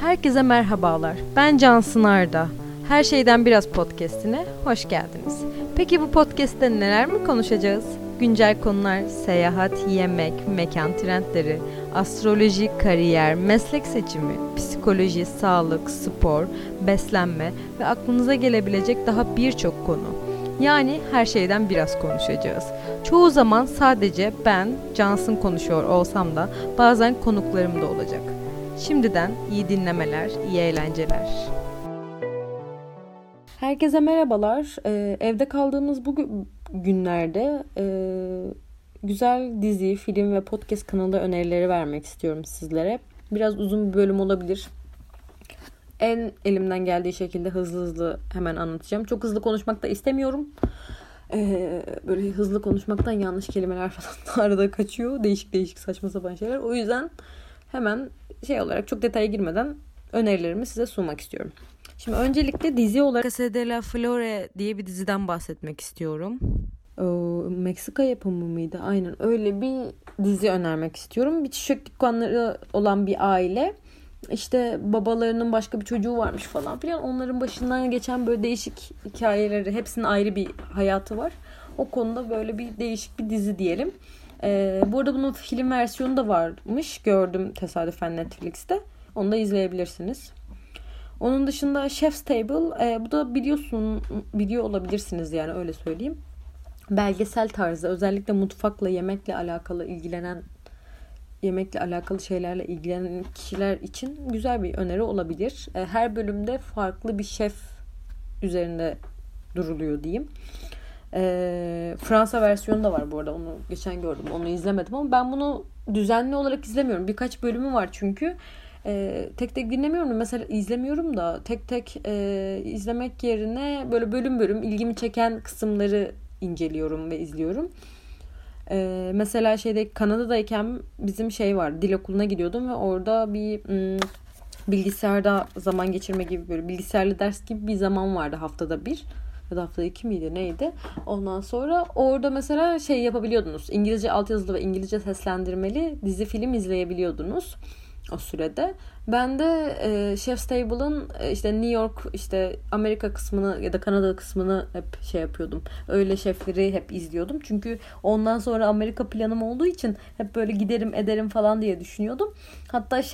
Herkese merhabalar. Ben Cansın Arda. Her şeyden biraz podcast'ine hoş geldiniz. Peki bu podcast'te neler mi konuşacağız? Güncel konular, seyahat, yemek, mekan trendleri, astroloji, kariyer, meslek seçimi, psikoloji, sağlık, spor, beslenme ve aklınıza gelebilecek daha birçok konu. Yani her şeyden biraz konuşacağız. Çoğu zaman sadece ben, Cansın konuşuyor olsam da bazen konuklarım da olacak. Şimdiden iyi dinlemeler, iyi eğlenceler. Herkese merhabalar. Evde kaldığımız bu günlerde güzel dizi, film ve podcast kanalı önerileri vermek istiyorum sizlere. Biraz uzun bir bölüm olabilir. En elimden geldiği şekilde hızlı hemen anlatacağım. Çok hızlı konuşmak da istemiyorum. Böyle hızlı konuşmaktan yanlış kelimeler falan arada kaçıyor. Değişik saçma sapan şeyler. O yüzden hemen olarak çok detaya girmeden önerilerimi size sunmak istiyorum. Şimdi öncelikle dizi olarak Casa de la Flore diye bir diziden bahsetmek istiyorum. Meksika yapımı mıydı? Aynen öyle bir dizi önermek istiyorum. Bir çiçek dükkanları olan bir aile. İşte babalarının başka bir çocuğu varmış falan filan. Onların başından geçen böyle değişik hikayeleri, hepsinin ayrı bir hayatı var. O konuda böyle bir değişik bir dizi diyelim. Bu arada bunun film versiyonu da varmış. Gördüm tesadüfen Netflix'te. Onu da izleyebilirsiniz. Onun dışında Chef's Table. Bu da biliyor olabilirsiniz yani öyle söyleyeyim. Belgesel tarzı. Özellikle mutfakla, yemekle alakalı şeylerle ilgilenen kişiler için güzel bir öneri olabilir. Her bölümde farklı bir şef üzerinde duruluyor diyeyim. Fransa versiyonu da var bu arada. Onu geçen gördüm. Onu izlemedim ama ben bunu düzenli olarak izlemiyorum. Birkaç bölümü var çünkü. Tek dinlemiyorum. Mesela izlemiyorum da tek izlemek yerine böyle bölüm ilgimi çeken kısımları inceliyorum ve izliyorum. Mesela Kanada'dayken bizim var. Dil okuluna gidiyordum ve orada bir bilgisayarda zaman geçirme gibi böyle bilgisayarlı ders gibi bir zaman vardı haftada bir. Ya da haftada 2 miydi neydi? Ondan sonra orada mesela yapabiliyordunuz. İngilizce altyazılı ve İngilizce seslendirmeli dizi film izleyebiliyordunuz o sürede. Ben de Chef's Table'ın New York, Amerika kısmını ya da Kanada kısmını hep yapıyordum. Öyle şefleri hep izliyordum. Çünkü ondan sonra Amerika planım olduğu için hep böyle giderim ederim falan diye düşünüyordum. Hatta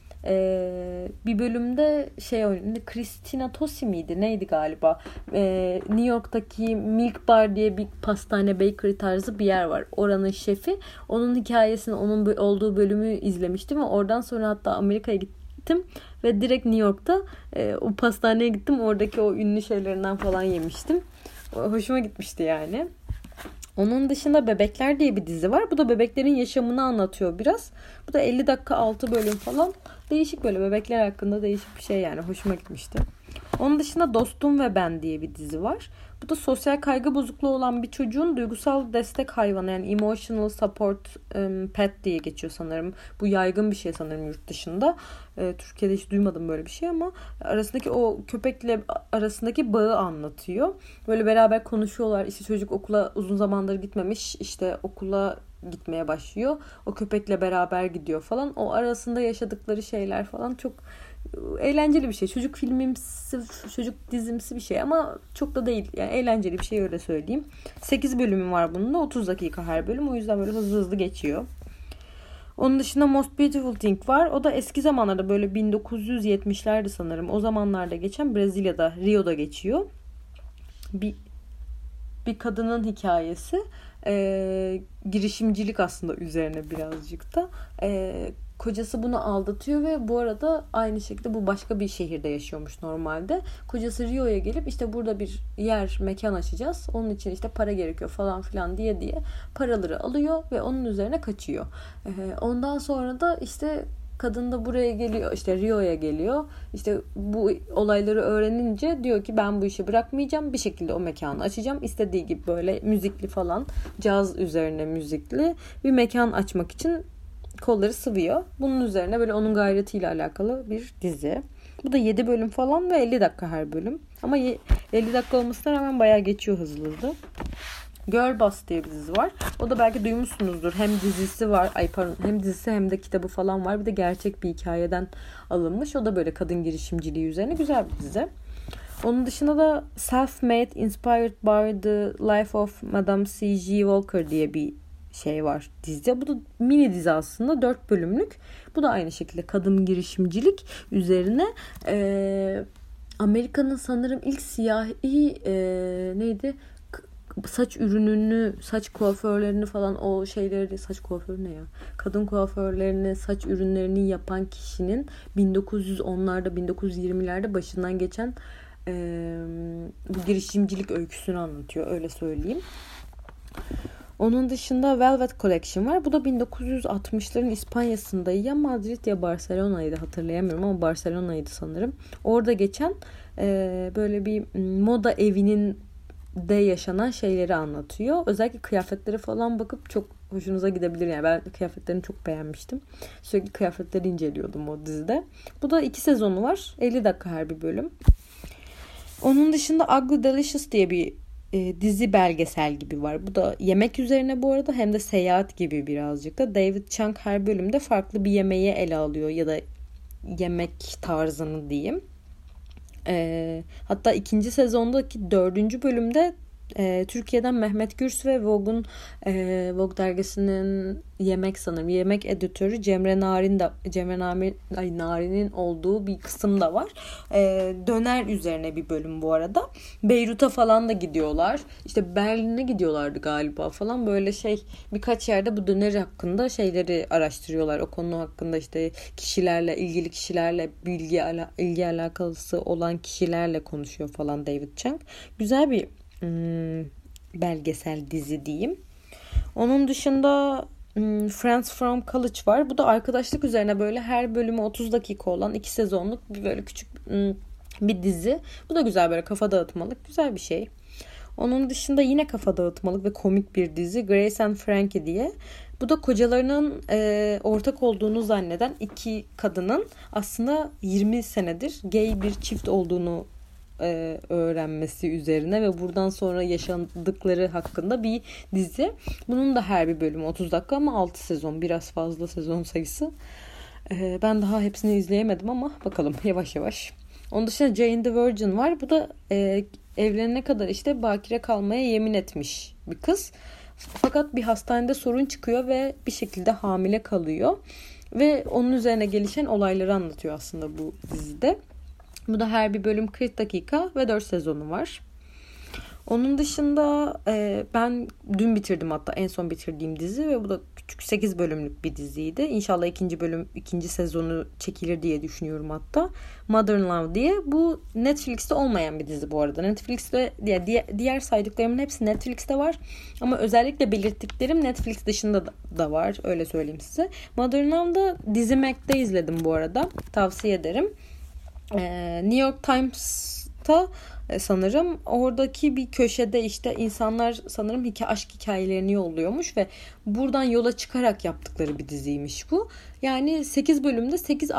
bir bölümde oynadı. Christina Tosi miydi? Neydi galiba? New York'taki Milk Bar diye bir pastane, bakery tarzı bir yer var. Oranın şefi. Onun hikayesini, onun olduğu bölümü izlemiştim ve oradan sonra hatta Amerika'ya gittim ve direkt New York'ta o pastaneye gittim. Oradaki o ünlü şeylerinden falan yemiştim. Hoşuma gitmişti yani. Onun dışında Bebekler diye bir dizi var. Bu da bebeklerin yaşamını anlatıyor biraz. Bu da 50 dakika 6 bölüm falan. Değişik böyle bebekler hakkında değişik bir yani. Hoşuma gitmişti. Onun dışında Dostum ve Ben diye bir dizi var. Bu da sosyal kaygı bozukluğu olan bir çocuğun duygusal destek hayvanı yani emotional support pet diye geçiyor sanırım. Bu yaygın bir şey sanırım yurt dışında. Türkiye'de hiç duymadım böyle bir şey ama arasındaki o köpekle arasındaki bağı anlatıyor. Böyle beraber konuşuyorlar. Çocuk okula uzun zamandır gitmemiş. Okula gitmeye başlıyor. O köpekle beraber gidiyor falan. O arasında yaşadıkları şeyler falan çok eğlenceli bir şey. Çocuk filmimsi, çocuk dizimsi bir şey ama çok da değil. Yani eğlenceli bir şey öyle söyleyeyim. 8 bölümü var bunun da. 30 dakika her bölüm. O yüzden böyle hızlı geçiyor. Onun dışında Most Beautiful Thing var. O da eski zamanlarda böyle 1970'lerde sanırım. O zamanlarda geçen Brezilya'da, Rio'da geçiyor. Bir kadının hikayesi. Girişimcilik aslında üzerine birazcık da. Kocası bunu aldatıyor ve bu arada aynı şekilde bu başka bir şehirde yaşıyormuş normalde. Kocası Rio'ya gelip burada bir mekan açacağız. Onun için para gerekiyor falan filan diye paraları alıyor ve onun üzerine kaçıyor. Ondan sonra da kadın da buraya geliyor, Rio'ya geliyor. Bu olayları öğrenince diyor ki ben bu işi bırakmayacağım. Bir şekilde o mekanı açacağım. İstediği gibi böyle müzikli falan, caz üzerine müzikli bir mekan açmak için kolları sıvıyor. Bunun üzerine böyle onun gayretiyle alakalı bir dizi. Bu da 7 bölüm falan ve 50 dakika her bölüm. Ama 50 dakika olmasına rağmen bayağı geçiyor hızlı. Girl Boss diye bir dizi var. O da belki duymuşsunuzdur. Hem dizisi var. Hem dizisi hem de kitabı falan var. Bir de gerçek bir hikayeden alınmış. O da böyle kadın girişimciliği üzerine güzel bir dizi. Onun dışında da Self-Made Inspired by the Life of Madame C.G. Walker diye bir şey var dizide. Bu da mini dizi aslında. 4 bölümlük. Bu da aynı şekilde kadın girişimcilik üzerine. Amerika'nın sanırım ilk siyahi neydi? Saç ürününü, saç kuaförlerini falan o şeyleri, saç kuaförü ne ya? Kadın kuaförlerini, saç ürünlerini yapan kişinin 1910'larda, 1920'lerde başından geçen bu girişimcilik öyküsünü anlatıyor. Öyle söyleyeyim. Onun dışında Velvet Collection var. Bu da 1960'ların İspanya'sında ya Madrid ya Barcelona'ydı, hatırlayamıyorum ama Barcelona'ydı sanırım. Orada geçen böyle bir moda evinin de yaşanan şeyleri anlatıyor. Özellikle kıyafetleri falan bakıp çok hoşunuza gidebilir. Yani ben kıyafetlerini çok beğenmiştim. Sürekli kıyafetleri inceliyordum o dizide. Bu da 2 sezonu var. 50 dakika her bir bölüm. Onun dışında Ugly Delicious diye bir dizi belgesel gibi var. Bu da yemek üzerine bu arada, hem de seyahat gibi birazcık da. David Chang her bölümde farklı bir yemeği ele alıyor ya da yemek tarzını diyeyim. Hatta 2. sezondaki 4. bölümde Türkiye'den Mehmet Gürs ve Vogue dergisinin yemek editörü Cemre Narin'in olduğu bir kısım da var. Döner üzerine bir bölüm bu arada. Beyrut'a falan da gidiyorlar. İşte Berlin'e gidiyorlardı galiba falan, böyle birkaç yerde bu döner hakkında şeyleri araştırıyorlar. O konu hakkında işte ilgili kişilerle ilgi alakası olan kişilerle konuşuyor falan David Chang. Güzel bir belgesel dizi diyeyim. Onun dışında Friends from College var. Bu da arkadaşlık üzerine böyle her bölümü 30 dakika olan 2 sezonluk bir böyle küçük bir dizi. Bu da güzel, böyle kafa dağıtmalık güzel bir şey. Onun dışında yine kafa dağıtmalık ve komik bir dizi Grace and Frankie diye. Bu da kocalarının ortak olduğunu zanneden 2 kadının aslında 20 senedir gay bir çift olduğunu öğrenmesi üzerine ve buradan sonra yaşandıkları hakkında bir dizi. Bunun da her bir bölümü 30 dakika ama 6 sezon, biraz fazla sezon sayısı. Ben daha hepsini izleyemedim ama bakalım yavaş yavaş. Onun dışında Jane the Virgin var. Bu da evlenene kadar işte bakire kalmaya yemin etmiş bir kız. Fakat bir hastanede sorun çıkıyor ve bir şekilde hamile kalıyor. Ve onun üzerine gelişen olayları anlatıyor aslında bu dizide. Bu da her bir bölüm 40 dakika ve 4 sezonu var. Onun dışında ben dün bitirdim, hatta en son bitirdiğim dizi ve bu da küçük 8 bölümlük bir diziydi. İnşallah ikinci sezonu çekilir diye düşünüyorum hatta. Modern Love diye. Bu Netflix'te olmayan bir dizi bu arada. Netflix'te diğer saydıklarımın hepsi Netflix'te var. Ama özellikle belirttiklerim Netflix dışında da var. Öyle söyleyeyim size. Modern Love'da Dizimek'te izledim bu arada. Tavsiye ederim. New York Times'ta sanırım oradaki bir köşede işte insanlar sanırım aşk hikayelerini yolluyormuş ve buradan yola çıkarak yaptıkları bir diziymiş bu. Yani 8 bölümde 8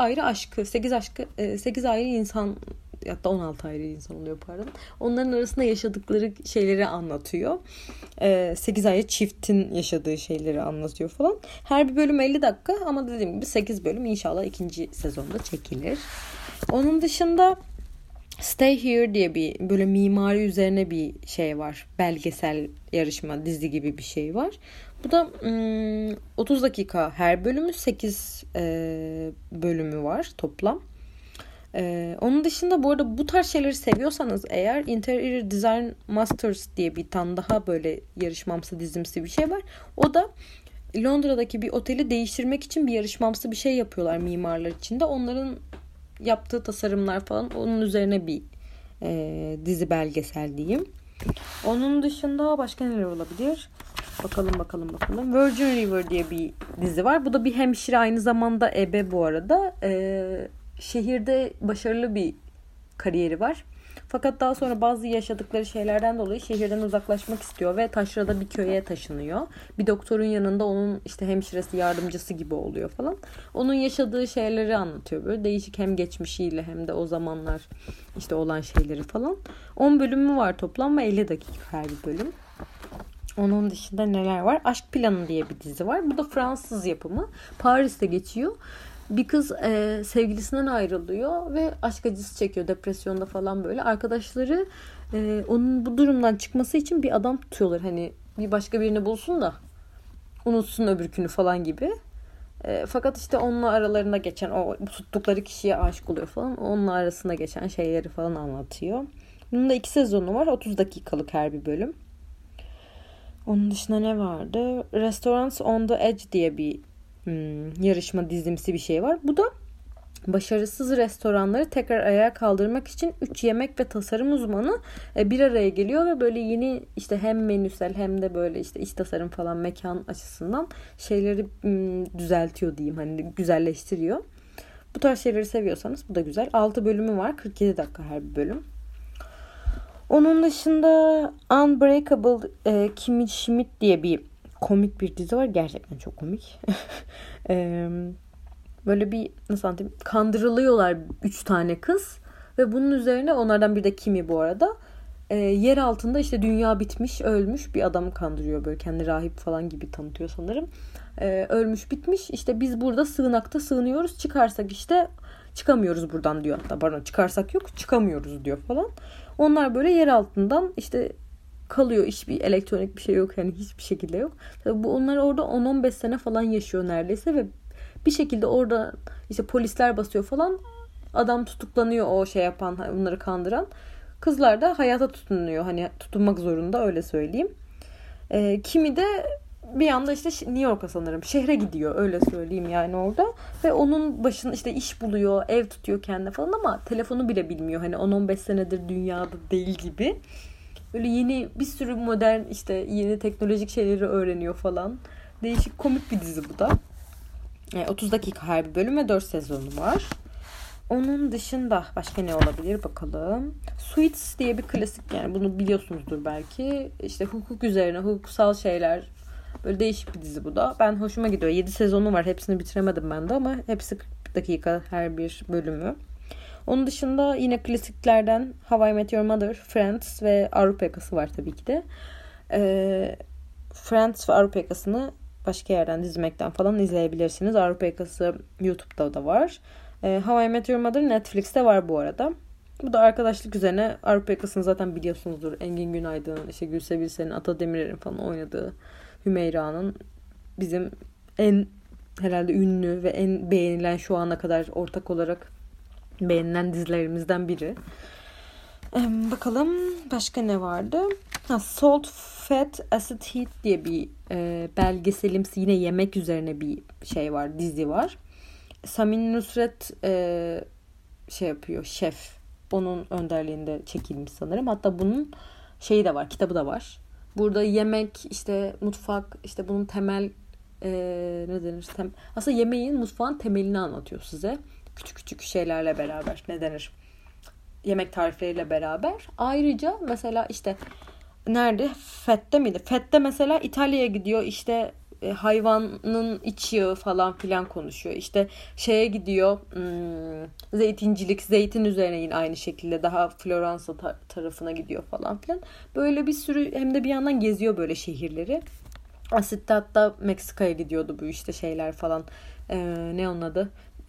ayrı insan, hatta 16 ayrı insan oluyor pardon. Onların arasında yaşadıkları şeyleri anlatıyor. 8 ayrı çiftin yaşadığı şeyleri anlatıyor falan. Her bir bölüm 50 dakika ama dediğim gibi 8 bölüm, inşallah ikinci sezonda çekilir. Onun dışında Stay Here diye bir böyle mimari üzerine bir şey var. Belgesel yarışma dizi gibi bir şey var. Bu da 30 dakika her bölümü, 8 bölümü var toplam. Onun dışında bu arada bu tarz şeyleri seviyorsanız eğer Interior Design Masters diye bir tane daha böyle yarışmamsı dizimsi bir şey var. O da Londra'daki bir oteli değiştirmek için bir yarışmamsı bir şey yapıyorlar mimarlar içinde. Onların yaptığı tasarımlar falan, onun üzerine bir dizi belgesel diyeyim. Onun dışında başka neler olabilir? Bakalım. Virgin River diye bir dizi var. Bu da bir hemşire, aynı zamanda ebe bu arada. Şehirde başarılı bir kariyeri var. Fakat daha sonra bazı yaşadıkları şeylerden dolayı şehirden uzaklaşmak istiyor ve taşrada bir köye taşınıyor. Bir doktorun yanında onun işte hemşiresi, yardımcısı gibi oluyor falan. Onun yaşadığı şeyleri anlatıyor böyle. Değişik, hem geçmişiyle hem de o zamanlar işte olan şeyleri falan. 10 bölümü var toplam ve 50 dakika her bir bölüm. Onun dışında neler var? Aşk Planı diye bir dizi var. Bu da Fransız yapımı. Paris'te geçiyor. Bir kız sevgilisinden ayrılıyor ve aşk acısı çekiyor, depresyonda falan böyle. Arkadaşları onun bu durumdan çıkması için bir adam tutuyorlar. Hani bir başka birini bulsun da unutsun öbürkünü falan gibi. Fakat işte onunla aralarında geçen, o tuttukları kişiye aşık oluyor falan. Onunla arasında geçen şeyleri falan anlatıyor. Bunun da 2 sezonu var. 30 dakikalık her bir bölüm. Onun dışında ne vardı? Restaurants on the Edge diye bir yarışma dizimsi bir şey var. Bu da başarısız restoranları tekrar ayağa kaldırmak için 3 yemek ve tasarım uzmanı bir araya geliyor ve böyle yeni işte hem menüsel hem de böyle işte iç tasarım falan mekan açısından şeyleri düzeltiyor diyeyim, hani güzelleştiriyor. Bu tarz şeyleri seviyorsanız bu da güzel. 6 bölümü var. 47 dakika her bir bölüm. Onun dışında Unbreakable Kimmy Schmidt diye bir komik bir dizi var. Gerçekten çok komik. Böyle bir, nasıl anlatayım, kandırılıyorlar 3 tane kız ve bunun üzerine, onlardan biri de Kimmy bu arada, yer altında işte dünya bitmiş, ölmüş bir adamı kandırıyor, böyle kendi rahip falan gibi tanıtıyor sanırım. Ölmüş bitmiş, işte biz burada sığınakta sığınıyoruz, çıkarsak işte çıkamıyoruz buradan diyor, hatta pardon, çıkarsak yok çıkamıyoruz diyor falan. Onlar böyle yer altından işte kalıyor, hiçbir elektronik bir şey yok, yani hiçbir şekilde yok. Tabii bu, onlar orada 10-15 sene falan yaşıyor neredeyse ve bir şekilde orada işte polisler basıyor falan. Adam tutuklanıyor, o şey yapan, bunları kandıran. Kızlar da hayata tutunuyor. Hani tutunmak zorunda, öyle söyleyeyim. Kimi de bir anda işte New York'a sanırım, şehre gidiyor, öyle söyleyeyim yani orada. Ve onun başında işte iş buluyor, ev tutuyor kendine falan ama telefonu bile bilmiyor. Hani 10-15 senedir dünyada değil gibi. Böyle yeni bir sürü modern işte yeni teknolojik şeyleri öğreniyor falan. Değişik, komik bir dizi bu da. 30 dakika her bir bölüm ve 4 sezonu var. Onun dışında başka ne olabilir bakalım. Suits diye bir klasik, yani bunu biliyorsunuzdur belki. İşte hukuk üzerine, hukuksal şeyler. Böyle değişik bir dizi bu da. Ben, hoşuma gidiyor. 7 sezonu var. Hepsini bitiremedim ben de ama hepsi 40 dakika her bir bölümü. Onun dışında yine klasiklerden How I Met Your Mother, Friends ve Avrupa Yakası var tabii ki de. Friends ve Avrupa Yakası'nı başka yerden, dizmekten falan izleyebilirsiniz. Avrupa Yakası YouTube'da da var. How I Met Your Mother Netflix'te var bu arada. Bu da arkadaşlık üzerine. Avrupa Yakası'nı zaten biliyorsunuzdur. Engin Günaydın'ın, işte Gülse Birsel'in, Ata Demirer'in falan oynadığı, Hümeyra'nın bizim en herhalde ünlü ve en beğenilen, şu ana kadar ortak olarak beğenilen dizilerimizden biri. Bakalım başka ne vardı? Salt, Fat, Acid, Heat diye bir belgeselimsi, yine yemek üzerine bir şey var, dizi var. Samin Nusret şey yapıyor, şef. Onun önderliğinde çekilmiş sanırım. Hatta bunun şeyi de var, kitabı da var. Burada yemek, işte mutfak, işte bunun temel ne denir? Aslında yemeğin, mutfağın temelini anlatıyor size. Küçük küçük şeylerle beraber, ne denir? Yemek tarifleriyle beraber. Ayrıca mesela işte nerede? Fet'te miydi? Fet'te mesela İtalya'ya gidiyor, işte hayvanın iç yağı falan filan konuşuyor. İşte şeye gidiyor, zeytincilik, zeytin üzerine yine aynı şekilde daha Floransa tarafına gidiyor falan filan. Böyle bir sürü, hem de bir yandan geziyor böyle şehirleri. Asit'te hatta Meksika'ya gidiyordu bu işte şeyler falan. Ne onun adı?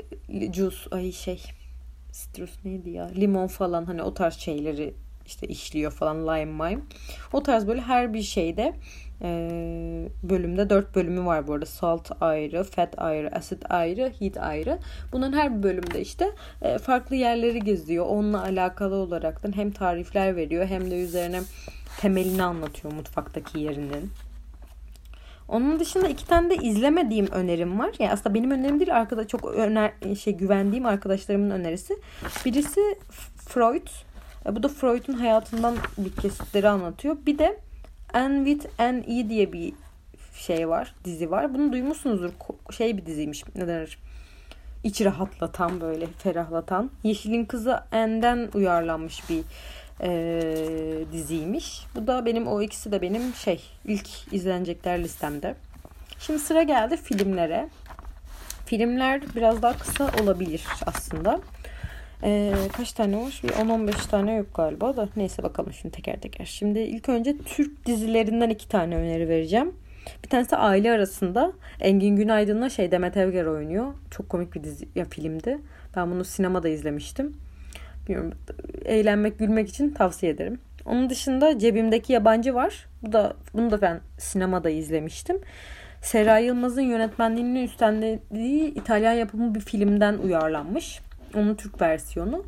Citrus neydi ya? Limon falan, hani o tarz şeyleri işte işliyor falan, lime. O tarz böyle her bir şeyde bölümde 4 bölümü var bu arada. Salt ayrı, fat ayrı, acid ayrı, heat ayrı. Bunların her bir bölümde işte farklı yerleri geziyor. Onunla alakalı olaraktan hem tarifler veriyor hem de üzerine temelini anlatıyor mutfaktaki yerinin. Onun dışında 2 tane de izlemediğim önerim var. Yani aslında benim önerim değil, çok güvendiğim arkadaşlarımın önerisi. Birisi Freud. Bu da Freud'un hayatından bir kesitleri anlatıyor. Bir de Anne with N.E. diye bir şey var, dizi var. Bunu duymuşsunuzdur. Bir diziymiş. Ne denir? İç rahatlatan, böyle ferahlatan. Yeşil'in kızı Anne'den uyarlanmış bir diziymiş. Bu da benim, o ikisi de benim ilk izlenecekler listemde. Şimdi sıra geldi filmlere. Filmler biraz daha kısa olabilir aslında. Kaç tane var? Bir 10-15 tane yok galiba da. Neyse bakalım şimdi teker teker. Şimdi ilk önce Türk dizilerinden 2 tane öneri vereceğim. Bir tanesi Aile Arasında. Engin Günaydın'la Demet Evgar oynuyor. Çok komik bir dizi ya filmdi. Ben bunu sinemada izlemiştim. Bilmiyorum, eğlenmek, gülmek için tavsiye ederim. Onun dışında Cebimdeki Yabancı var. Bunu da ben sinemada izlemiştim. Seray Yılmaz'ın yönetmenliğini üstlendiği İtalyan yapımı bir filmden uyarlanmış. Onun Türk versiyonu.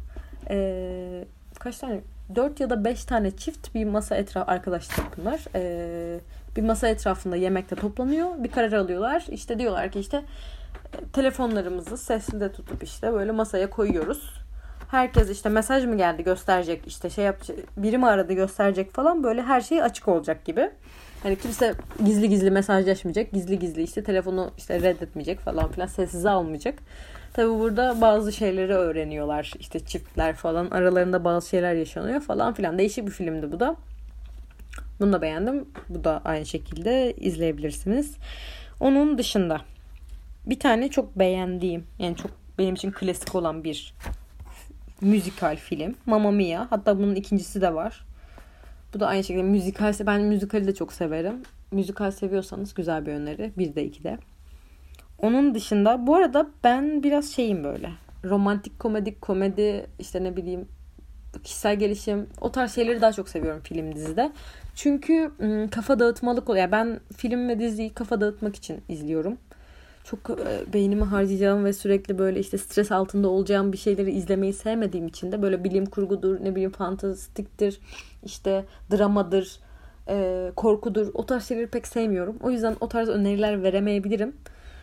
Kaç tane? 4 ya da 5 tane çift bir masa etrafı arkadaşlar bunlar. Bir masa etrafında yemekte toplanıyor. Bir karar alıyorlar. İşte diyorlar ki telefonlarımızı sesli tutup böyle masaya koyuyoruz. Herkes mesaj mı geldi gösterecek, biri mi aradı gösterecek falan, böyle her şey açık olacak gibi. Hani kimse gizli gizli mesajlaşmayacak. Gizli gizli telefonu reddetmeyecek falan filan, sessize almayacak. Tabi burada bazı şeyleri öğreniyorlar. Çiftler falan aralarında bazı şeyler yaşanıyor falan filan. Değişik bir filmdi bu da. Bunu da beğendim. Bu da aynı şekilde izleyebilirsiniz. Onun dışında bir tane çok beğendiğim, yani çok benim için klasik olan bir müzikal film. Mamma Mia. Hatta bunun ikincisi de var. Bu da aynı şekilde müzikal. Ben müzikali de çok severim. Müzikal seviyorsanız güzel bir öneri. 1'de 2'de. Onun dışında bu arada ben biraz böyle. Romantik komedi ne bileyim kişisel gelişim, o tarz şeyleri daha çok seviyorum film dizide. Çünkü kafa dağıtmalık oluyor. Ben film ve diziyi kafa dağıtmak için izliyorum. Çok beynimi harcayacağım ve sürekli böyle stres altında olacağım bir şeyleri izlemeyi sevmediğim için de böyle bilim kurgudur, ne bileyim fantastiktir, dramadır, korkudur, o tarz şeyleri pek sevmiyorum. O yüzden o tarz öneriler veremeyebilirim.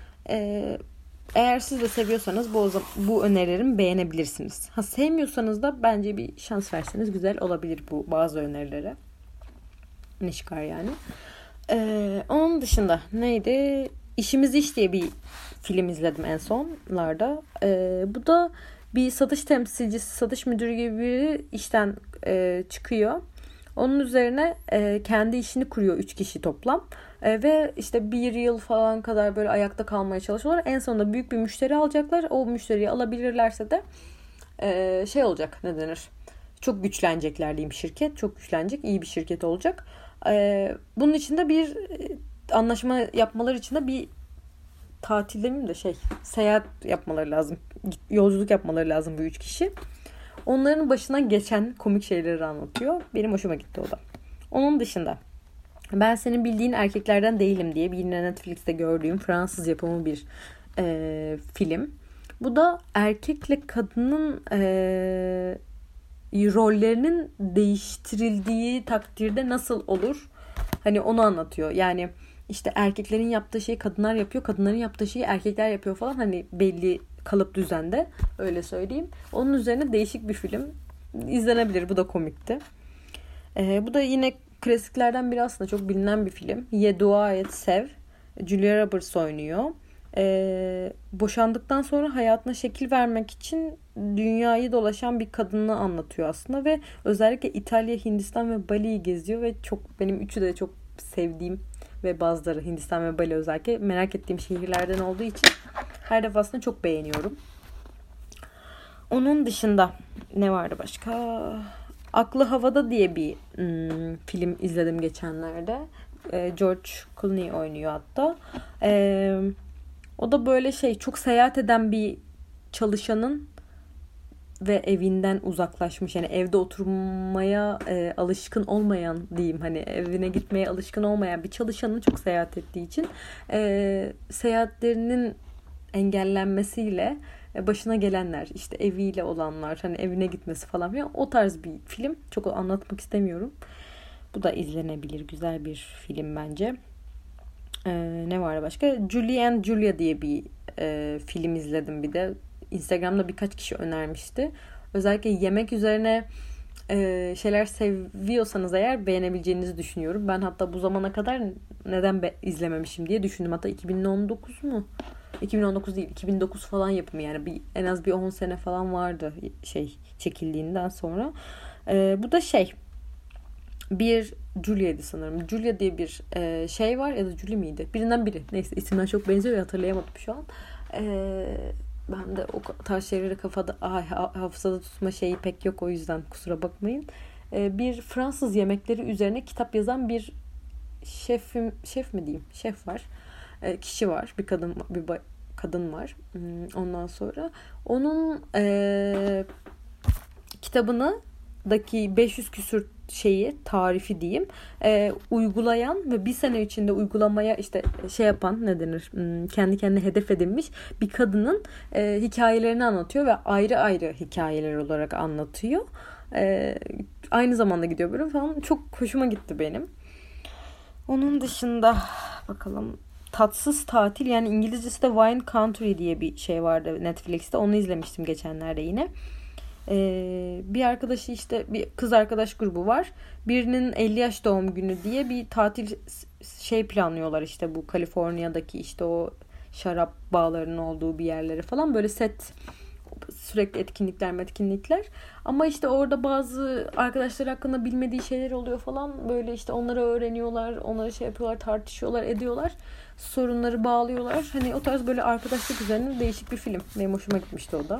Eğer siz de seviyorsanız bu önerilerimi beğenebilirsiniz. Sevmiyorsanız da bence bir şans verseniz güzel olabilir bu bazı önerilere. Ne çıkar yani. Onun dışında neydi? İşimiz İş diye bir film izledim en sonlarda. Bu da bir satış temsilcisi, satış müdürü gibi biri işten çıkıyor. Onun üzerine kendi işini kuruyor 3 kişi toplam. Ve 1 yıl falan kadar böyle ayakta kalmaya çalışıyorlar. En sonunda büyük bir müşteri alacaklar. O müşteriyi alabilirlerse de olacak, ne denir? Çok güçlenecekler diyeyim şirket. Çok güçlenecek, iyi bir şirket olacak. Bunun için de bir anlaşma yapmaları için de bir tatil demeyeyim de seyahat yapmaları lazım. Yolculuk yapmaları lazım bu 3 kişi. Onların başına geçen komik şeyleri anlatıyor. Benim hoşuma gitti o da. Onun dışında Ben Senin Bildiğin Erkeklerden Değilim diye yine Netflix'te gördüğüm Fransız yapımı bir film. Bu da erkekle kadının rollerinin değiştirildiği takdirde nasıl olur? Hani onu anlatıyor. Yani erkeklerin yaptığı şeyi kadınlar yapıyor. Kadınların yaptığı şeyi erkekler yapıyor falan. Hani belli kalıp düzende. Öyle söyleyeyim. Onun üzerine değişik bir film. İzlenebilir. Bu da komikti. Bu da yine klasiklerden biri, aslında çok bilinen bir film. Ye, Dua Et, Sev. Julia Roberts oynuyor. Boşandıktan sonra hayatına şekil vermek için dünyayı dolaşan bir kadını anlatıyor aslında ve özellikle İtalya, Hindistan ve Bali'yi geziyor ve benim üçü de çok sevdiğim ve bazıları Hindistan ve Bali özellikle merak ettiğim şehirlerden olduğu için her defasında çok beğeniyorum. Onun dışında ne vardı başka? Aklı Havada diye bir film izledim geçenlerde. George Clooney oynuyor hatta. O da böyle çok seyahat eden bir çalışanın ve evinden uzaklaşmış, yani evde oturmaya alışkın olmayan diyeyim, hani evine gitmeye alışkın olmayan bir çalışanın çok seyahat ettiği için seyahatlerinin engellenmesiyle başına gelenler, eviyle olanlar, hani evine gitmesi falan filan, o tarz bir film. Çok anlatmak istemiyorum. Bu da izlenebilir, güzel bir film bence. Ne var başka? Julie and Julia diye bir film izledim bir de. Instagram'da birkaç kişi önermişti. Özellikle yemek üzerine şeyler seviyorsanız eğer beğenebileceğinizi düşünüyorum. Ben hatta bu zamana kadar neden izlememişim diye düşündüm. Hatta 2019 mu? 2019 değil, 2009 falan yapımı, yani en az bir 10 sene falan vardı çekildiğinden sonra. Bu da bir Julia'ydı sanırım. Julia diye bir var, ya da Julie miydi? Birinden biri. Neyse, isimler çok benziyor ya, hatırlayamadım şu an. ben de o tarz şeyleri hafızada tutma şeyi pek yok, o yüzden kusura bakmayın. Bir Fransız yemekleri üzerine kitap yazan bir şef mi diyeyim? Şef var. Kişi var. Bir kadın var. Ondan sonra onun kitabını daki 500 küsür tarifi diyeyim, uygulayan ve bir sene içinde uygulamaya işte şey yapan, ne denir, kendi kendine hedef edinmiş bir kadının hikayelerini anlatıyor ve ayrı ayrı hikayeler olarak anlatıyor. Aynı zamanda gidiyor bölüm falan. Çok hoşuma gitti benim. Onun dışında bakalım, Tatsız Tatil, yani İngilizcesi de Wine Country diye bir şey vardı Netflix'te. Onu izlemiştim geçenlerde yine. Bir arkadaşı, işte bir kız arkadaş grubu var. Birinin 50 yaş doğum günü diye bir tatil planlıyorlar, işte bu Kaliforniya'daki işte o şarap bağlarının olduğu bir yerlere falan, böyle sürekli etkinlikler ama işte orada bazı arkadaşlar hakkında bilmediği şeyler oluyor falan, böyle işte onları öğreniyorlar, onları yapıyorlar, tartışıyorlar, ediyorlar, sorunları bağlıyorlar, hani o tarz böyle arkadaşlık üzerine değişik bir film. Benim hoşuma gitmişti o da.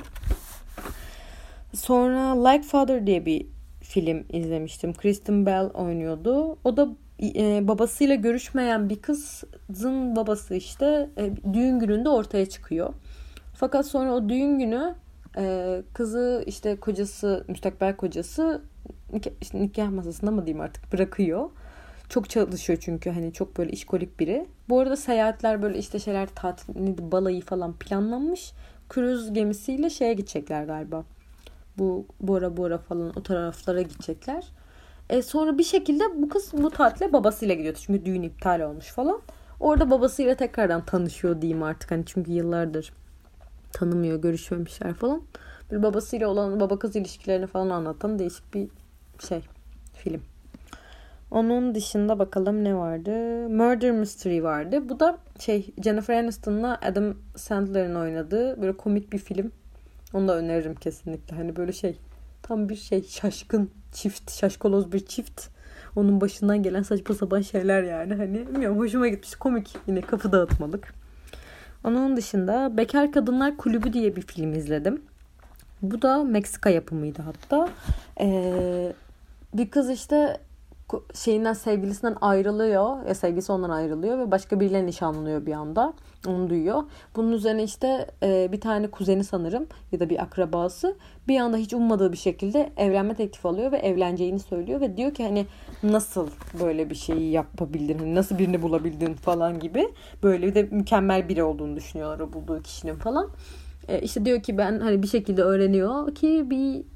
Sonra Like Father diye bir film izlemiştim. Kristen Bell oynuyordu. O da babasıyla görüşmeyen bir kızın babası işte düğün gününde ortaya çıkıyor. Fakat sonra o düğün günü kızı işte müstakbel kocası nikah masasında mı diyeyim artık, bırakıyor. Çok çalışıyor çünkü, hani çok böyle işkolik biri. Bu arada seyahatler, böyle işte tatil, balayı falan planlanmış. Kruz gemisiyle gidecekler galiba. Bu Bora Bora falan o taraflara gidecekler. Sonra bir şekilde bu kız bu tatile babasıyla gidiyor. Çünkü düğün iptal olmuş falan. Orada babasıyla tekrardan tanışıyor diyeyim artık. Hani çünkü yıllardır tanımıyor, görüşmemişler falan. Bir babasıyla olan baba kız ilişkilerini falan anlatan değişik bir film. Onun dışında bakalım ne vardı? Murder Mystery vardı. Bu da Jennifer Aniston'la Adam Sandler'ın oynadığı böyle komik bir film. Onu da öneririm kesinlikle. Hani böyle tam bir şaşkın çift, şaşkaloz bir çift. Onun başından gelen saçma sapan şeyler yani. Hani bilmiyorum, hoşuma gitmiş. Komik, yine kafa dağıtmalık. Onun dışında Bekar Kadınlar Kulübü diye bir film izledim. Bu da Meksika yapımıydı hatta. Bir kız işte sevgilisinden ayrılıyor. Ya sevgilisi ondan ayrılıyor ve başka biriyle nişanlanıyor bir anda. Onu duyuyor. Bunun üzerine işte bir tane kuzeni sanırım ya da bir akrabası bir anda hiç ummadığı bir şekilde evlenme teklifi alıyor ve evleneceğini söylüyor ve diyor ki hani nasıl böyle bir şeyi yapabildin? Hani nasıl birini bulabildin falan gibi. Böyle bir de mükemmel biri olduğunu düşünüyorlar o bulduğu kişinin falan. İşte diyor ki ben hani bir şekilde öğreniyor ki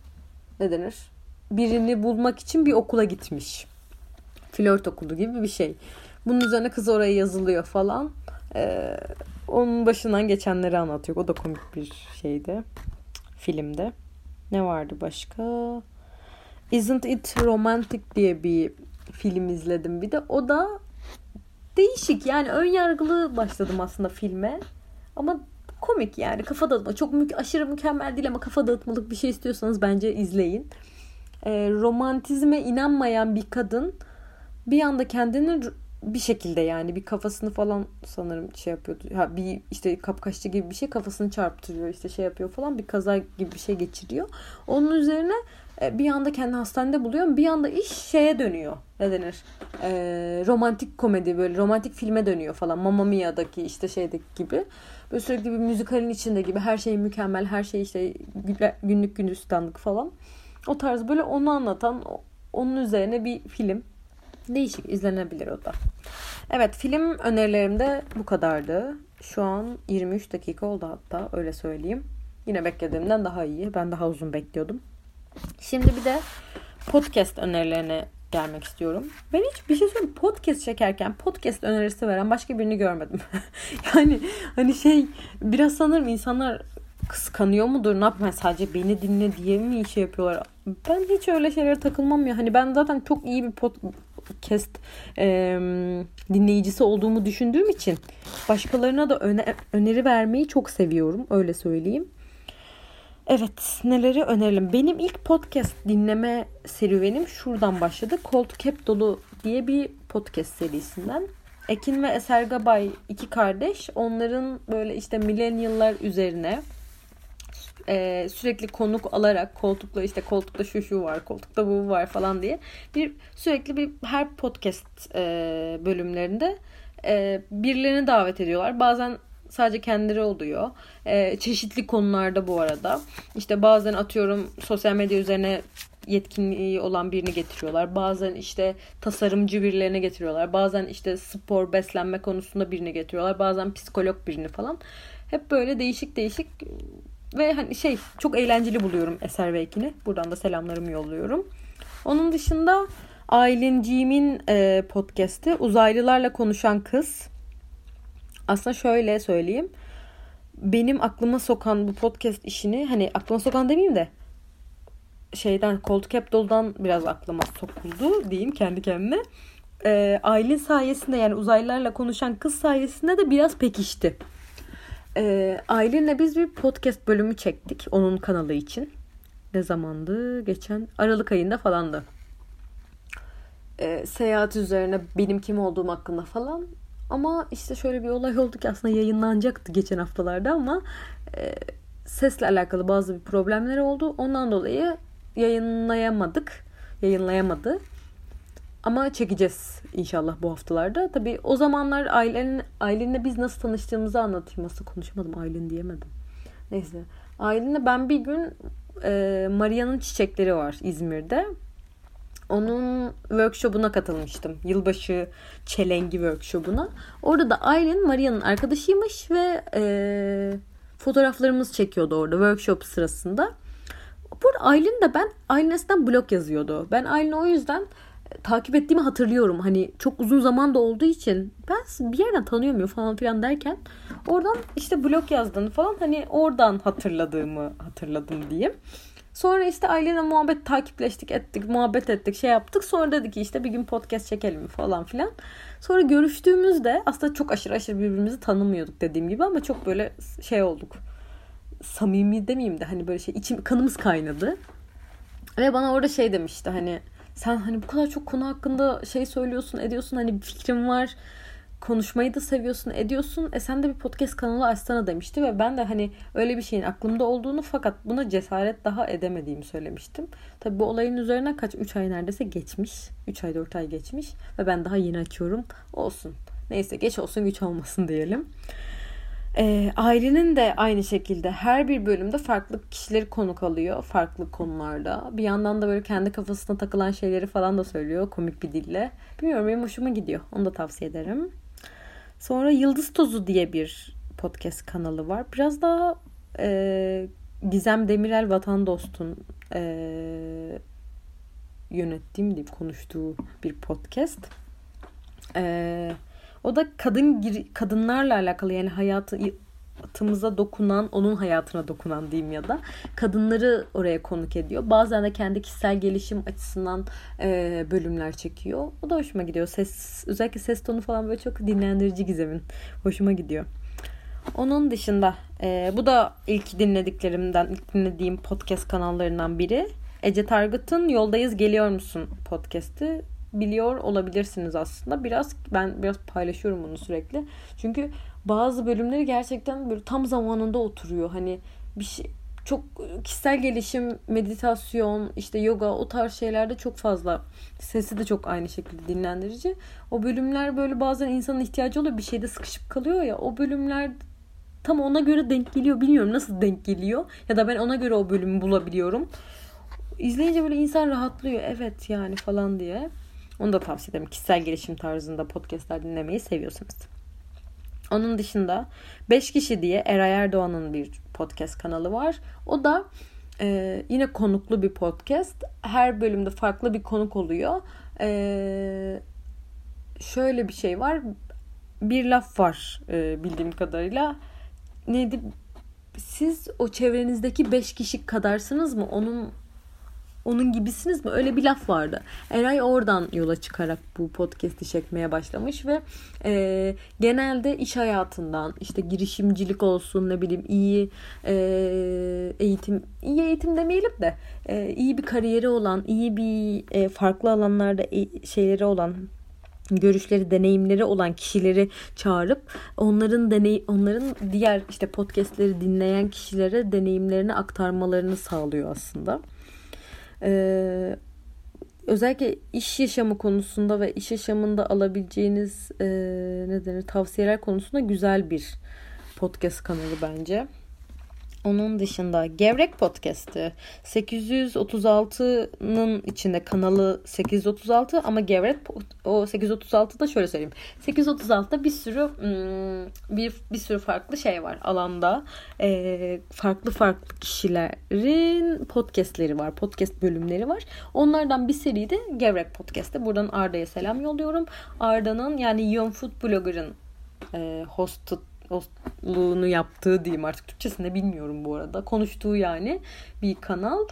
birini bulmak için bir okula gitmiş. Flört okulu gibi bir şey. Bunun üzerine kız oraya yazılıyor falan. Onun başından geçenleri anlatıyor. O da komik bir filmde. Ne vardı başka? Isn't It Romantic diye bir film izledim. Bir de o da değişik. Yani ön yargılı başladım aslında filme. Ama komik yani. Kafa dağıtma. Çok aşırı mükemmel değil ama kafa dağıtmalık bir şey istiyorsanız bence izleyin. Romantizme inanmayan bir kadın bir anda kendini bir şekilde, yani bir kafasını falan sanırım yapıyordu. Bir işte kapkaççı gibi bir şey kafasını çarptırıyor, işte yapıyor falan, bir kaza gibi bir şey geçiriyor. Onun üzerine bir anda kendini hastanede buluyor. Bir anda iş dönüyor. Ne denir? Romantik komedi, böyle romantik filme dönüyor falan. Mamma Mia'daki işte gibi. Böyle sürekli bir müzikalin içinde gibi. Her şey mükemmel. Her şey işte günlük gülistanlık falan. O tarz böyle onu anlatan, onun üzerine bir film. Değişik, izlenebilir o da. Evet, film önerilerim de bu kadardı. Şu an 23 dakika oldu hatta, öyle söyleyeyim. Yine beklediğimden daha iyi. Ben daha uzun bekliyordum. Şimdi bir de podcast önerilerine gelmek istiyorum. Ben hiç bir şey söyleyeyim, podcast çekerken podcast önerisi veren başka birini görmedim. Yani hani biraz sanırım insanlar kıskanıyor mudur, ne yapayım, sadece beni dinle diye mi yapıyorlar? Ben hiç öyle şeylere takılmam ya. Hani ben zaten çok iyi bir podcast dinleyicisi olduğumu düşündüğüm için başkalarına da öneri vermeyi çok seviyorum, öyle söyleyeyim. Evet, neleri önerelim? Benim ilk podcast dinleme serüvenim şuradan başladı. Koltuk Hep Dolu diye bir podcast serisinden. Ekin ve Eser Gabay, iki kardeş. Onların böyle işte millennial'lar üzerine sürekli konuk alarak koltukta şu var, koltukta bu var falan diye sürekli her podcast bölümlerinde birilerini davet ediyorlar. Bazen sadece kendileri oluyor. Çeşitli konularda bu arada. İşte bazen atıyorum sosyal medya üzerine yetkinliği olan birini getiriyorlar. Bazen işte tasarımcı birilerini getiriyorlar. Bazen işte spor, beslenme konusunda birini getiriyorlar. Bazen psikolog birini falan. Hep böyle değişik ve hani çok eğlenceli buluyorum Eser ve Ekin'i. Buradan da selamlarımı yolluyorum. Onun dışında Aylinciğimin podcast'i Uzaylılarla Konuşan Kız. Aslında şöyle söyleyeyim. Benim aklıma sokan bu podcast işini, hani aklıma sokan demeyeyim de Koltuk Hep Dolu'dan biraz aklıma sokuldu diyeyim kendi kendine. Aylin sayesinde, yani uzaylılarla konuşan kız sayesinde de biraz pekişti. Aylin'le biz bir podcast bölümü çektik onun kanalı için. Ne zamandı? Geçen Aralık ayında falandı. Seyahat üzerine benim kim olduğum hakkında falan. Ama işte şöyle bir olay oldu ki aslında yayınlanacaktı geçen haftalarda ama sesle alakalı bazı bir problemler oldu. Ondan dolayı yayınlayamadı. Ama çekeceğiz inşallah bu haftalarda. Tabii o zamanlar Aylin'le biz nasıl tanıştığımızı anlatayım. Nasıl konuşamadım, Aylin diyemedim. Neyse. Aylin'le ben bir gün Maria'nın Çiçekleri var İzmir'de. Onun workshop'una katılmıştım. Yılbaşı çelengi workshop'una. Orada da Aylin Maria'nın arkadaşıymış ve fotoğraflarımızı çekiyordu orada workshop sırasında. Burada Aylin eskiden blog yazıyordu. Ben Aylin'i o yüzden takip ettiğimi hatırlıyorum. Hani çok uzun zaman da olduğu için ben bir yerden tanıyor muyum falan filan derken oradan işte blog yazdığını falan, hani oradan hatırladım diyeyim. Sonra işte Aylin'le takipleştik, muhabbet ettik, yaptık. Sonra dedik ki işte bir gün podcast çekelim mi falan filan. Sonra görüştüğümüzde aslında çok aşırı birbirimizi tanımıyorduk dediğim gibi ama çok böyle olduk. Samimi demeyeyim de hani böyle kanımız kaynadı. Ve bana orada demişti, hani sen hani bu kadar çok konu hakkında söylüyorsun, ediyorsun, hani bir fikrin var. Konuşmayı da seviyorsun, ediyorsun. Sen de bir podcast kanalı açsana demişti ve ben de hani öyle bir şeyin aklımda olduğunu fakat buna cesaret daha edemediğimi söylemiştim. Tabii bu olayın üzerine 3 ay neredeyse geçmiş. 3 ay 4 ay geçmiş ve ben daha yeni açıyorum. Olsun. Neyse, geç olsun güç olmasın diyelim. Ailenin de aynı şekilde her bir bölümde farklı kişileri konuk alıyor. Farklı konularda. Bir yandan da böyle kendi kafasına takılan şeyleri falan da söylüyor. Komik bir dille. Bilmiyorum, benim hoşuma gidiyor. Onu da tavsiye ederim. Sonra Yıldız Tozu diye bir podcast kanalı var. Biraz daha Gizem Demirel Vatandost'un yönettiğim konuştuğu bir podcast. O da kadınlarla alakalı, yani hayatımıza dokunan, onun hayatına dokunan diyeyim ya da kadınları oraya konuk ediyor. Bazen de kendi kişisel gelişim açısından bölümler çekiyor. O da hoşuma gidiyor. Özellikle ses tonu falan böyle çok dinlendirici Gizem'in. Hoşuma gidiyor. Onun dışında bu da ilk dinlediğim podcast kanallarından biri. Ece Targıt'ın Yoldayız Geliyor Musun podcast'i. Biliyor olabilirsiniz aslında. Ben biraz paylaşıyorum bunu sürekli. Çünkü bazı bölümleri gerçekten böyle tam zamanında oturuyor. Hani çok kişisel gelişim, meditasyon, işte yoga, o tarz şeylerde çok fazla. Sesi de çok aynı şekilde dinlendirici. O bölümler böyle bazen insanın ihtiyacı oluyor. Bir şeyde sıkışıp kalıyor ya. O bölümler tam ona göre denk geliyor. Bilmiyorum nasıl denk geliyor. Ya da ben ona göre o bölümü bulabiliyorum. İzleyince böyle insan rahatlıyor. Evet yani falan diye. Onu da tavsiye ederim. Kişisel gelişim tarzında podcastlar dinlemeyi seviyorsanız. Onun dışında 5 Kişi diye Eray Erdoğan'ın bir podcast kanalı var. O da yine konuklu bir podcast. Her bölümde farklı bir konuk oluyor. Şöyle bir şey var. Bir laf var bildiğim kadarıyla. Neydi? Siz o çevrenizdeki 5 kişi kadarsınız mı? Onun gibisiniz mi? Öyle bir laf vardı. Eray oradan yola çıkarak bu podcast'i çekmeye başlamış ve genelde iş hayatından, işte girişimcilik olsun, ne bileyim iyi eğitim demeyelim de iyi bir kariyeri olan, iyi bir farklı alanlarda şeyleri olan, görüşleri, deneyimleri olan kişileri çağırıp onların diğer işte podcastleri dinleyen kişilere deneyimlerini aktarmalarını sağlıyor aslında. Özellikle iş yaşamı konusunda ve iş yaşamında alabileceğiniz tavsiyeler konusunda güzel bir podcast kanalı bence. Onun dışında Gevrek Podcast'ı 836'nın içinde kanalı 836 ama Gevrek o 836'da şöyle söyleyeyim. 836'da bir sürü farklı şey var alanda. Farklı kişilerin podcast'leri var. Podcast bölümleri var. Onlardan bir seri de Gevrek Podcast'te. Buradan Arda'ya selam yolluyorum. Arda'nın yani Young Food Blogger'ın hostluğunu yaptığı diyeyim, artık Türkçesini bilmiyorum bu arada. Konuştuğu yani bir kanal.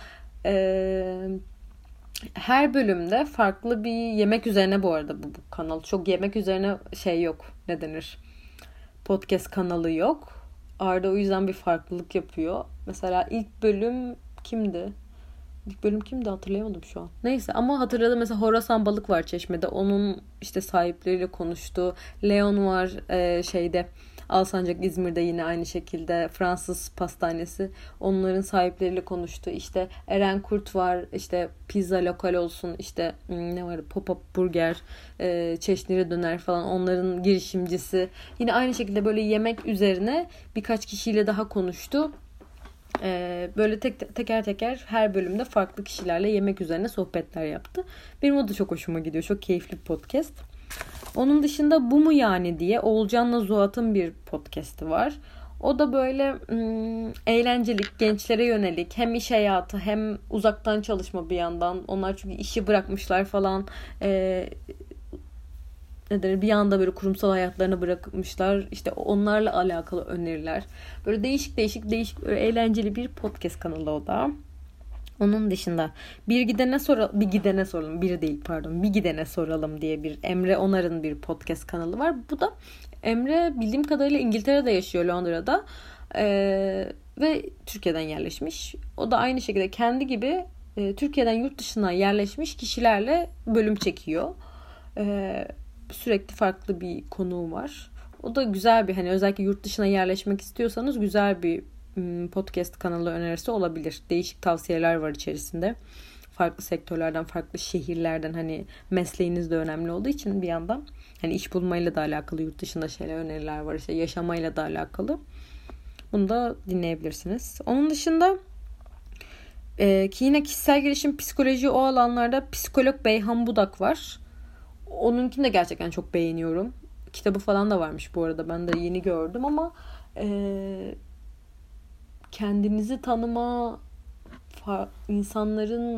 Her bölümde farklı bir yemek üzerine bu arada bu kanal. Çok yemek üzerine yok. Ne denir? Podcast kanalı yok. Arda o yüzden bir farklılık yapıyor. Mesela ilk bölüm kimdi? Hatırlayamadım şu an. Neyse ama hatırladım, mesela Horasan Balık var Çeşme'de. Onun işte sahipleriyle konuştu. Leon var Alsancak İzmir'de, yine aynı şekilde Fransız pastanesi. Onların sahipleriyle konuştu. İşte Eren Kurt var. İşte pizza lokal olsun. İşte ne var? Pop-up burger, çeşniri döner falan. Onların girişimcisi. Yine aynı şekilde böyle yemek üzerine birkaç kişiyle daha konuştu. Böyle teker her bölümde farklı kişilerle yemek üzerine sohbetler yaptı. Benim o da çok hoşuma gidiyor. Çok keyifli bir podcast. Onun dışında Bu Mu Yani diye Oğulcan'la Zuhat'ın bir podcast'i var. O da böyle eğlenceli, gençlere yönelik, hem iş hayatı hem uzaktan çalışma bir yandan. Onlar çünkü işi bırakmışlar falan. Bir anda böyle kurumsal hayatlarını bırakmışlar. İşte onlarla alakalı öneriler. Böyle değişik böyle eğlenceli bir podcast kanalı o da. Onun dışında Bir Gidene Soralım diye bir Emre Onar'ın bir podcast kanalı var. Bu da Emre bildiğim kadarıyla İngiltere'de yaşıyor, Londra'da. Ve Türkiye'den yerleşmiş. O da aynı şekilde kendi gibi Türkiye'den yurt dışına yerleşmiş kişilerle bölüm çekiyor. Sürekli farklı bir konuğu var. O da güzel bir, özellikle yurt dışına yerleşmek istiyorsanız güzel bir podcast kanalı önerisi olabilir. Değişik tavsiyeler var içerisinde. Farklı sektörlerden, farklı şehirlerden, mesleğiniz de önemli olduğu için bir yandan iş bulmayla da alakalı yurt dışında öneriler var. İşte yaşamayla da alakalı. Bunu da dinleyebilirsiniz. Onun dışında ki yine kişisel gelişim, psikoloji, o alanlarda psikolog Beyhan Budak var. Onunkini de gerçekten çok beğeniyorum. Kitabı falan da varmış bu arada. Ben de yeni gördüm ama kendinizi tanıma, insanların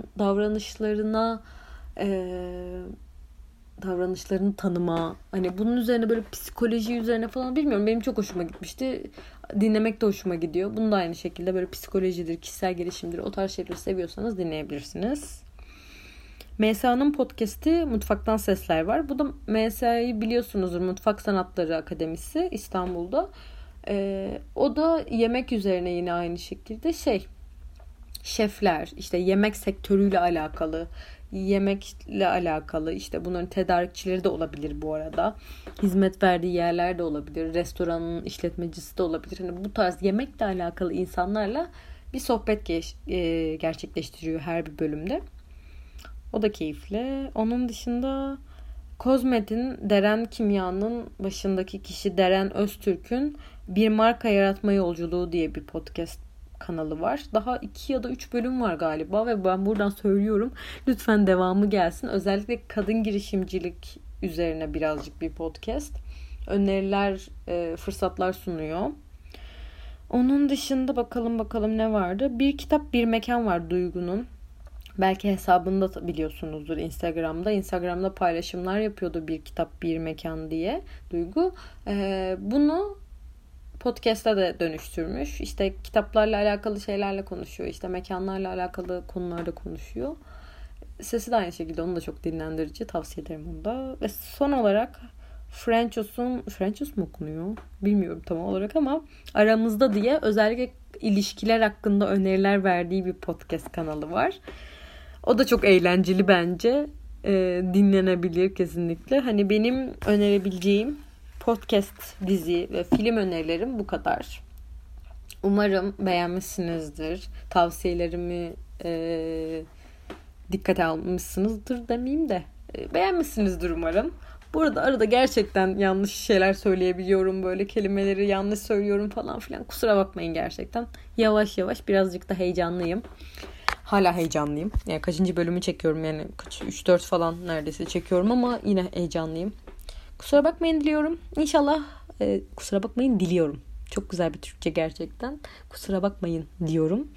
davranışlarını tanıma, bunun üzerine böyle psikoloji üzerine falan, bilmiyorum, benim çok hoşuma gitmişti. Dinlemek de hoşuma gidiyor. Bunu da aynı şekilde böyle psikolojidir, kişisel gelişimdir, o tarz şeyleri seviyorsanız dinleyebilirsiniz. MSA'nın podcast'i Mutfaktan Sesler var. Bu da MSA'yı biliyorsunuzdur. Mutfak Sanatları Akademisi İstanbul'da. O da yemek üzerine yine aynı şekilde şefler, işte yemek sektörüyle alakalı, yemekle alakalı, işte bunların tedarikçileri de olabilir bu arada. Hizmet verdiği yerler de olabilir. Restoranın işletmecisi de olabilir. Bu tarz yemekle alakalı insanlarla bir sohbet gerçekleştiriyor her bir bölümde. O da keyifli. Onun dışında Kozmet'in Deren Kimya'nın başındaki kişi Deren Öztürk'ün Bir Marka Yaratma Yolculuğu diye bir podcast kanalı var. Daha 2 ya da 3 bölüm var galiba ve ben buradan söylüyorum. Lütfen devamı gelsin. Özellikle kadın girişimcilik üzerine birazcık bir podcast. Öneriler, fırsatlar sunuyor. Onun dışında bakalım ne vardı? Bir Kitap Bir Mekan var Duygu'nun. Belki hesabını da biliyorsunuzdur Instagram'da. Instagram'da paylaşımlar yapıyordu Bir Kitap Bir Mekan diye Duygu. Bunu podcast'a da dönüştürmüş. İşte kitaplarla alakalı şeylerle konuşuyor. İşte mekanlarla alakalı konularda konuşuyor. Sesi de aynı şekilde, onu da çok dinlendirici. Tavsiye ederim onu da. Ve son olarak Frenchos mu okunuyor? Bilmiyorum tam olarak ama Aramızda diye özellikle ilişkiler hakkında öneriler verdiği bir podcast kanalı var. O da çok eğlenceli bence. dinlenebilir kesinlikle. Hani benim önerebileceğim podcast, dizi ve film önerilerim bu kadar. Umarım beğenmişsinizdir. Tavsiyelerimi dikkate almışsınızdır demeyeyim de beğenmişsinizdir umarım. Burada arada gerçekten yanlış şeyler söyleyebiliyorum. Böyle kelimeleri yanlış söylüyorum falan filan. Kusura bakmayın gerçekten. Yavaş yavaş birazcık da heyecanlıyım. Hala heyecanlıyım. Yani kaçıncı bölümü çekiyorum yani 3-4 falan neredeyse çekiyorum ama yine heyecanlıyım. Kusura bakmayın diliyorum. İnşallah kusura bakmayın diliyorum. Çok güzel bir Türkçe gerçekten. Kusura bakmayın diyorum.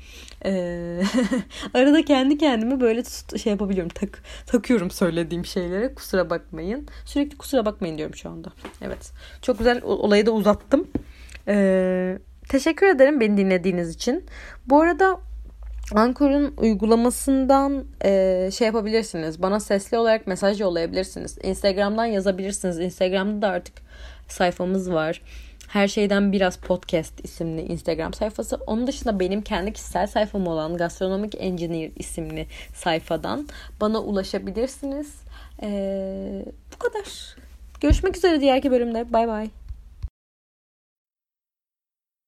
Arada kendi kendime böyle şey yapabiliyorum. Takıyorum söylediğim şeylere. Kusura bakmayın. Sürekli kusura bakmayın diyorum şu anda. Evet. Çok güzel olayı da uzattım. Teşekkür ederim beni dinlediğiniz için. Bu arada Anchor'un uygulamasından şey yapabilirsiniz. Bana sesli olarak mesaj yollayabilirsiniz. Instagram'dan yazabilirsiniz. Instagram'da da artık sayfamız var. Her şeyden biraz podcast isimli Instagram sayfası. Onun dışında benim kendi kişisel sayfam olan Gastronomic Engineer isimli sayfadan bana ulaşabilirsiniz. Bu kadar. Görüşmek üzere diğerki bölümde. Bay bay.